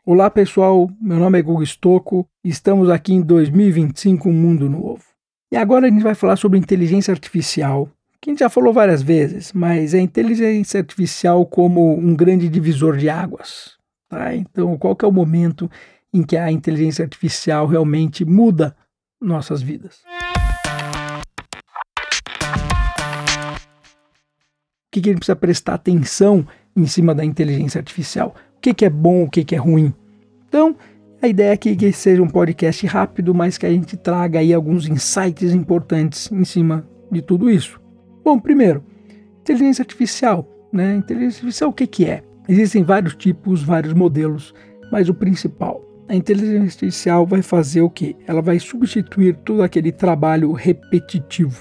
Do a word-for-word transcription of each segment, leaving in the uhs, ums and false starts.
Olá pessoal, meu nome é Guga Stocco e estamos aqui em dois mil e vinte e cinco, um mundo novo. E agora a gente vai falar sobre inteligência artificial, que a gente já falou várias vezes, mas é inteligência artificial como um grande divisor de águas. Tá? Então qual que é o momento em que a inteligência artificial realmente muda nossas vidas? O que, que a gente precisa prestar atenção em cima da inteligência artificial? O que, que é bom, o que, que é ruim? Então, a ideia é que seja um podcast rápido, mas que a gente traga aí alguns insights importantes em cima de tudo isso. Bom, primeiro, inteligência artificial. Né? Inteligência artificial, o que, que é? Existem vários tipos, vários modelos, mas o principal, a inteligência artificial vai fazer o quê? Ela vai substituir todo aquele trabalho repetitivo.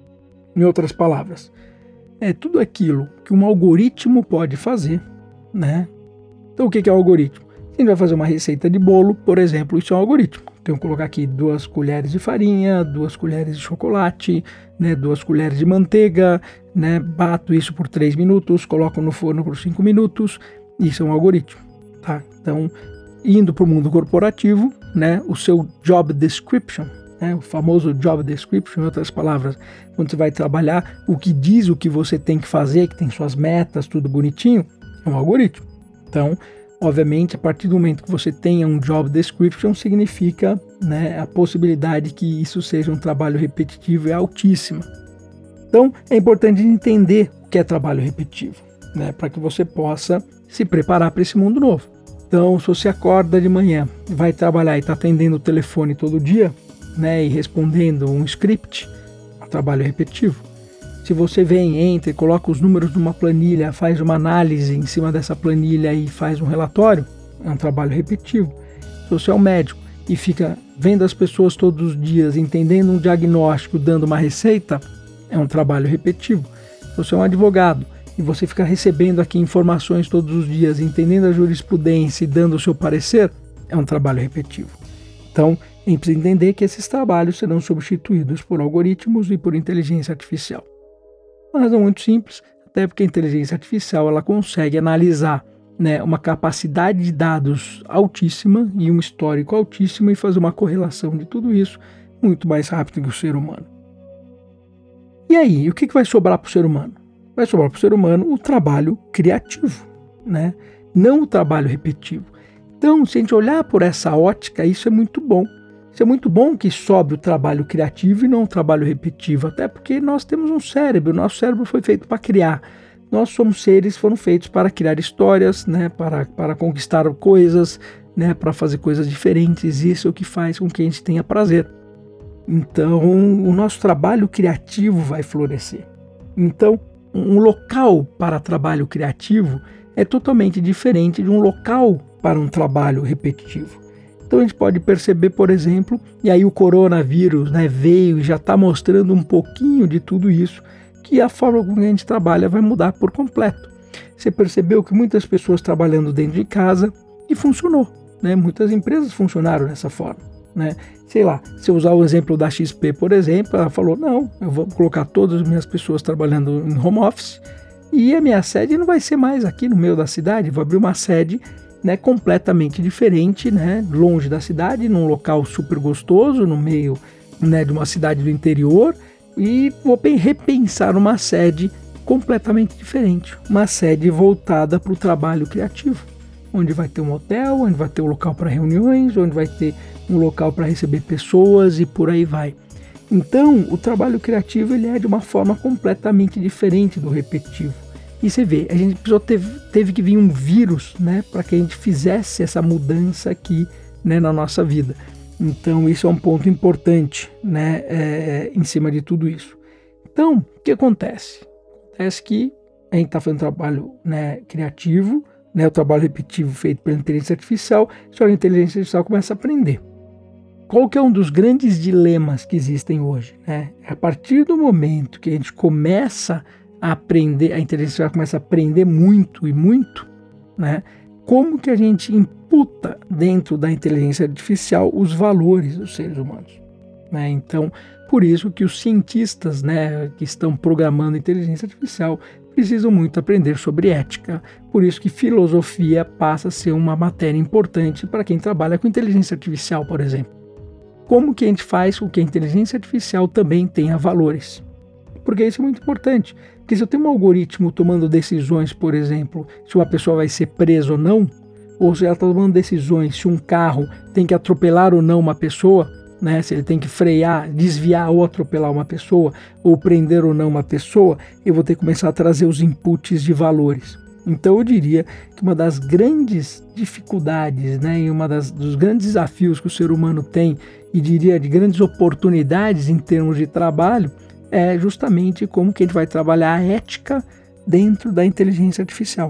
Em outras palavras, é tudo aquilo que um algoritmo pode fazer, né? Então, o que é o algoritmo? Se a gente vai fazer uma receita de bolo, por exemplo, isso é um algoritmo. Então, eu colocar aqui duas colheres de farinha, duas colheres de chocolate, né, duas colheres de manteiga, né, bato isso por três minutos, coloco no forno por cinco minutos, isso é um algoritmo. Tá? Então, indo para o mundo corporativo, né, o seu job description, né, o famoso job description, em outras palavras, quando você vai trabalhar, o que diz o que você tem que fazer, que tem suas metas, tudo bonitinho, é um algoritmo. Então, obviamente, a partir do momento que você tenha um job description, significa, né, a possibilidade que isso seja um trabalho repetitivo é altíssima. Então, é importante entender o que é trabalho repetitivo, né, para que você possa se preparar para esse mundo novo. Então, se você acorda de manhã, vai trabalhar e está atendendo o telefone todo dia, né, e respondendo um script, é um trabalho repetitivo. Se você vem, entra e coloca os números numa planilha, faz uma análise em cima dessa planilha e faz um relatório, é um trabalho repetitivo. Se você é um médico e fica vendo as pessoas todos os dias, entendendo um diagnóstico, dando uma receita, é um trabalho repetitivo. Se você é um advogado e você fica recebendo aqui informações todos os dias, entendendo a jurisprudência e dando o seu parecer, é um trabalho repetitivo. Então, a gente precisa entender que esses trabalhos serão substituídos por algoritmos e por inteligência artificial. Uma razão muito simples, até porque a inteligência artificial ela consegue analisar, né, uma capacidade de dados altíssima e um histórico altíssimo e fazer uma correlação de tudo isso muito mais rápido que o ser humano. E aí, o que, que vai sobrar para o ser humano? Vai sobrar para o ser humano o trabalho criativo, né? Não o trabalho repetitivo. Então, se a gente olhar por essa ótica, isso é muito bom. Isso é muito bom que sobre o trabalho criativo e não o trabalho repetitivo, até porque nós temos um cérebro, o nosso cérebro foi feito para criar. Nós somos seres que foram feitos para criar histórias, né, para, para conquistar coisas, né, para fazer coisas diferentes. Isso é o que faz com que a gente tenha prazer. Então, o nosso trabalho criativo vai florescer. Então, um local para trabalho criativo é totalmente diferente de um local para um trabalho repetitivo. Então a gente pode perceber, por exemplo, e aí o coronavírus, né, veio e já está mostrando um pouquinho de tudo isso, que a forma como a gente trabalha vai mudar por completo. Você percebeu que muitas pessoas trabalhando dentro de casa e funcionou, né? Muitas empresas funcionaram dessa forma, né? Sei lá, se eu usar o exemplo da X P, por exemplo, ela falou, não, eu vou colocar todas as minhas pessoas trabalhando em home office e a minha sede não vai ser mais aqui no meio da cidade, vou abrir uma sede, né, completamente diferente, né, longe da cidade, num local super gostoso, no meio, né, de uma cidade do interior, e vou repensar uma sede completamente diferente, uma sede voltada para o trabalho criativo, onde vai ter um hotel, onde vai ter um local para reuniões, onde vai ter um local para receber pessoas e por aí vai. Então, o trabalho criativo ele é de uma forma completamente diferente do repetitivo. E você vê, a gente precisou teve, teve que vir um vírus, né, para que a gente fizesse essa mudança aqui, né, na nossa vida. Então isso é um ponto importante, né, é, em cima de tudo isso. Então, o que acontece? Acontece que a gente está fazendo trabalho, né, criativo, né, o trabalho repetitivo feito pela inteligência artificial, só que a inteligência artificial começa a aprender. Qual que é um dos grandes dilemas que existem hoje? Né? A partir do momento que a gente começa a aprender, a inteligência artificial começa a aprender muito e muito, né? Como que a gente imputa dentro da inteligência artificial os valores dos seres humanos? Né? Então, por isso que os cientistas, né, que estão programando a inteligência artificial precisam muito aprender sobre ética. Por isso que filosofia passa a ser uma matéria importante para quem trabalha com inteligência artificial, por exemplo. Como que a gente faz com que a inteligência artificial também tenha valores? Porque isso é muito importante. Porque se eu tenho um algoritmo tomando decisões, por exemplo, se uma pessoa vai ser presa ou não, ou se ela está tomando decisões se um carro tem que atropelar ou não uma pessoa, né, se ele tem que frear, desviar ou atropelar uma pessoa, ou prender ou não uma pessoa, eu vou ter que começar a trazer os inputs de valores. Então eu diria que uma das grandes dificuldades, né, e uma das, dos grandes desafios que o ser humano tem, e diria de grandes oportunidades em termos de trabalho, é justamente como que a gente vai trabalhar a ética dentro da inteligência artificial.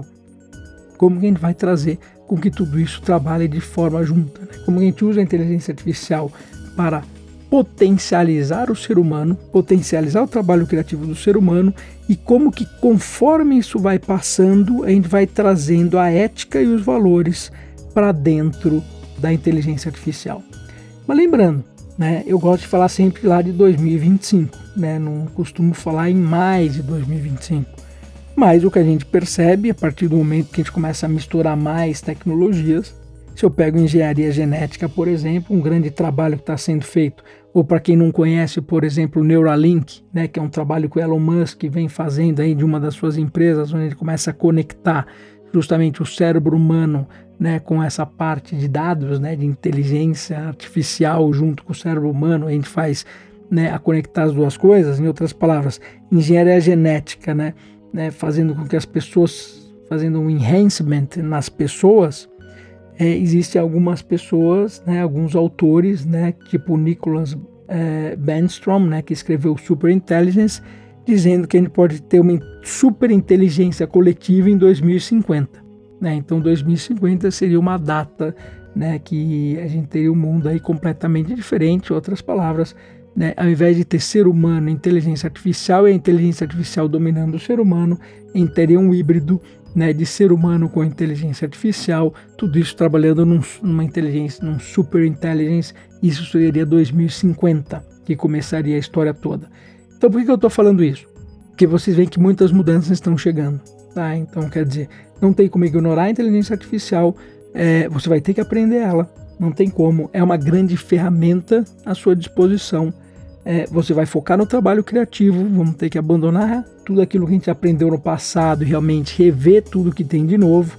Como que a gente vai trazer com que tudo isso trabalhe de forma junta, né? Como a gente usa a inteligência artificial para potencializar o ser humano, potencializar o trabalho criativo do ser humano, e como que conforme isso vai passando, a gente vai trazendo a ética e os valores para dentro da inteligência artificial. Mas lembrando, né, eu gosto de falar sempre lá de dois mil e vinte e cinco, né, não costumo falar em mais de dois mil e vinte e cinco. Mas o que a gente percebe, a partir do momento que a gente começa a misturar mais tecnologias, se eu pego engenharia genética, por exemplo, um grande trabalho que está sendo feito, ou para quem não conhece, por exemplo, o Neuralink, né, que é um trabalho que o Elon Musk vem fazendo aí de uma das suas empresas, onde ele começa a conectar justamente o cérebro humano, né, com essa parte de dados, né, de inteligência artificial junto com o cérebro humano, a gente faz, né, a conectar as duas coisas. Em outras palavras, engenharia genética, né, né, fazendo com que as pessoas, fazendo um enhancement nas pessoas. É, existem algumas pessoas, né, alguns autores, né, tipo Nicholas é, Bostrom, né, que escreveu Super Intelligence, dizendo que a gente pode ter uma super inteligência coletiva em dois mil e cinquenta. Né? Então dois mil e cinquenta seria uma data, né, que a gente teria um mundo aí completamente diferente. Em outras palavras, né, ao invés de ter ser humano e inteligência artificial e a inteligência artificial dominando o ser humano, a gente teria um híbrido, né, de ser humano com inteligência artificial, tudo isso trabalhando num, numa inteligência, num super intelligence. Isso seria dois mil e cinquenta, que começaria a história toda. Então por que eu estou falando isso? Porque vocês veem que muitas mudanças estão chegando, tá? Então quer dizer, não tem como ignorar a inteligência artificial, é, você vai ter que aprender ela, não tem como, é uma grande ferramenta à sua disposição. É, você vai focar no trabalho criativo, vamos ter que abandonar tudo aquilo que a gente aprendeu no passado e realmente rever tudo que tem de novo.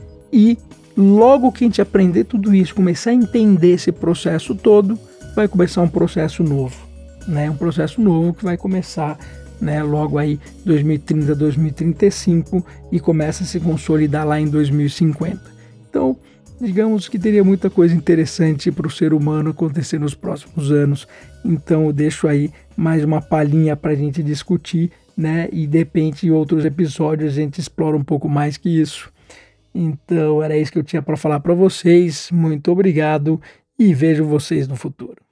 E logo que a gente aprender tudo isso, começar a entender esse processo todo, vai começar um processo novo, né? Um processo novo que vai começar, né, logo aí dois mil e trinta, dois mil e trinta e cinco e começa a se consolidar lá em dois mil e cinquenta. Então, digamos que teria muita coisa interessante para o ser humano acontecer nos próximos anos. Então eu deixo aí mais uma palhinha para a gente discutir, né? E de repente em outros episódios a gente explora um pouco mais que isso. Então era isso que eu tinha para falar para vocês. Muito obrigado e vejo vocês no futuro.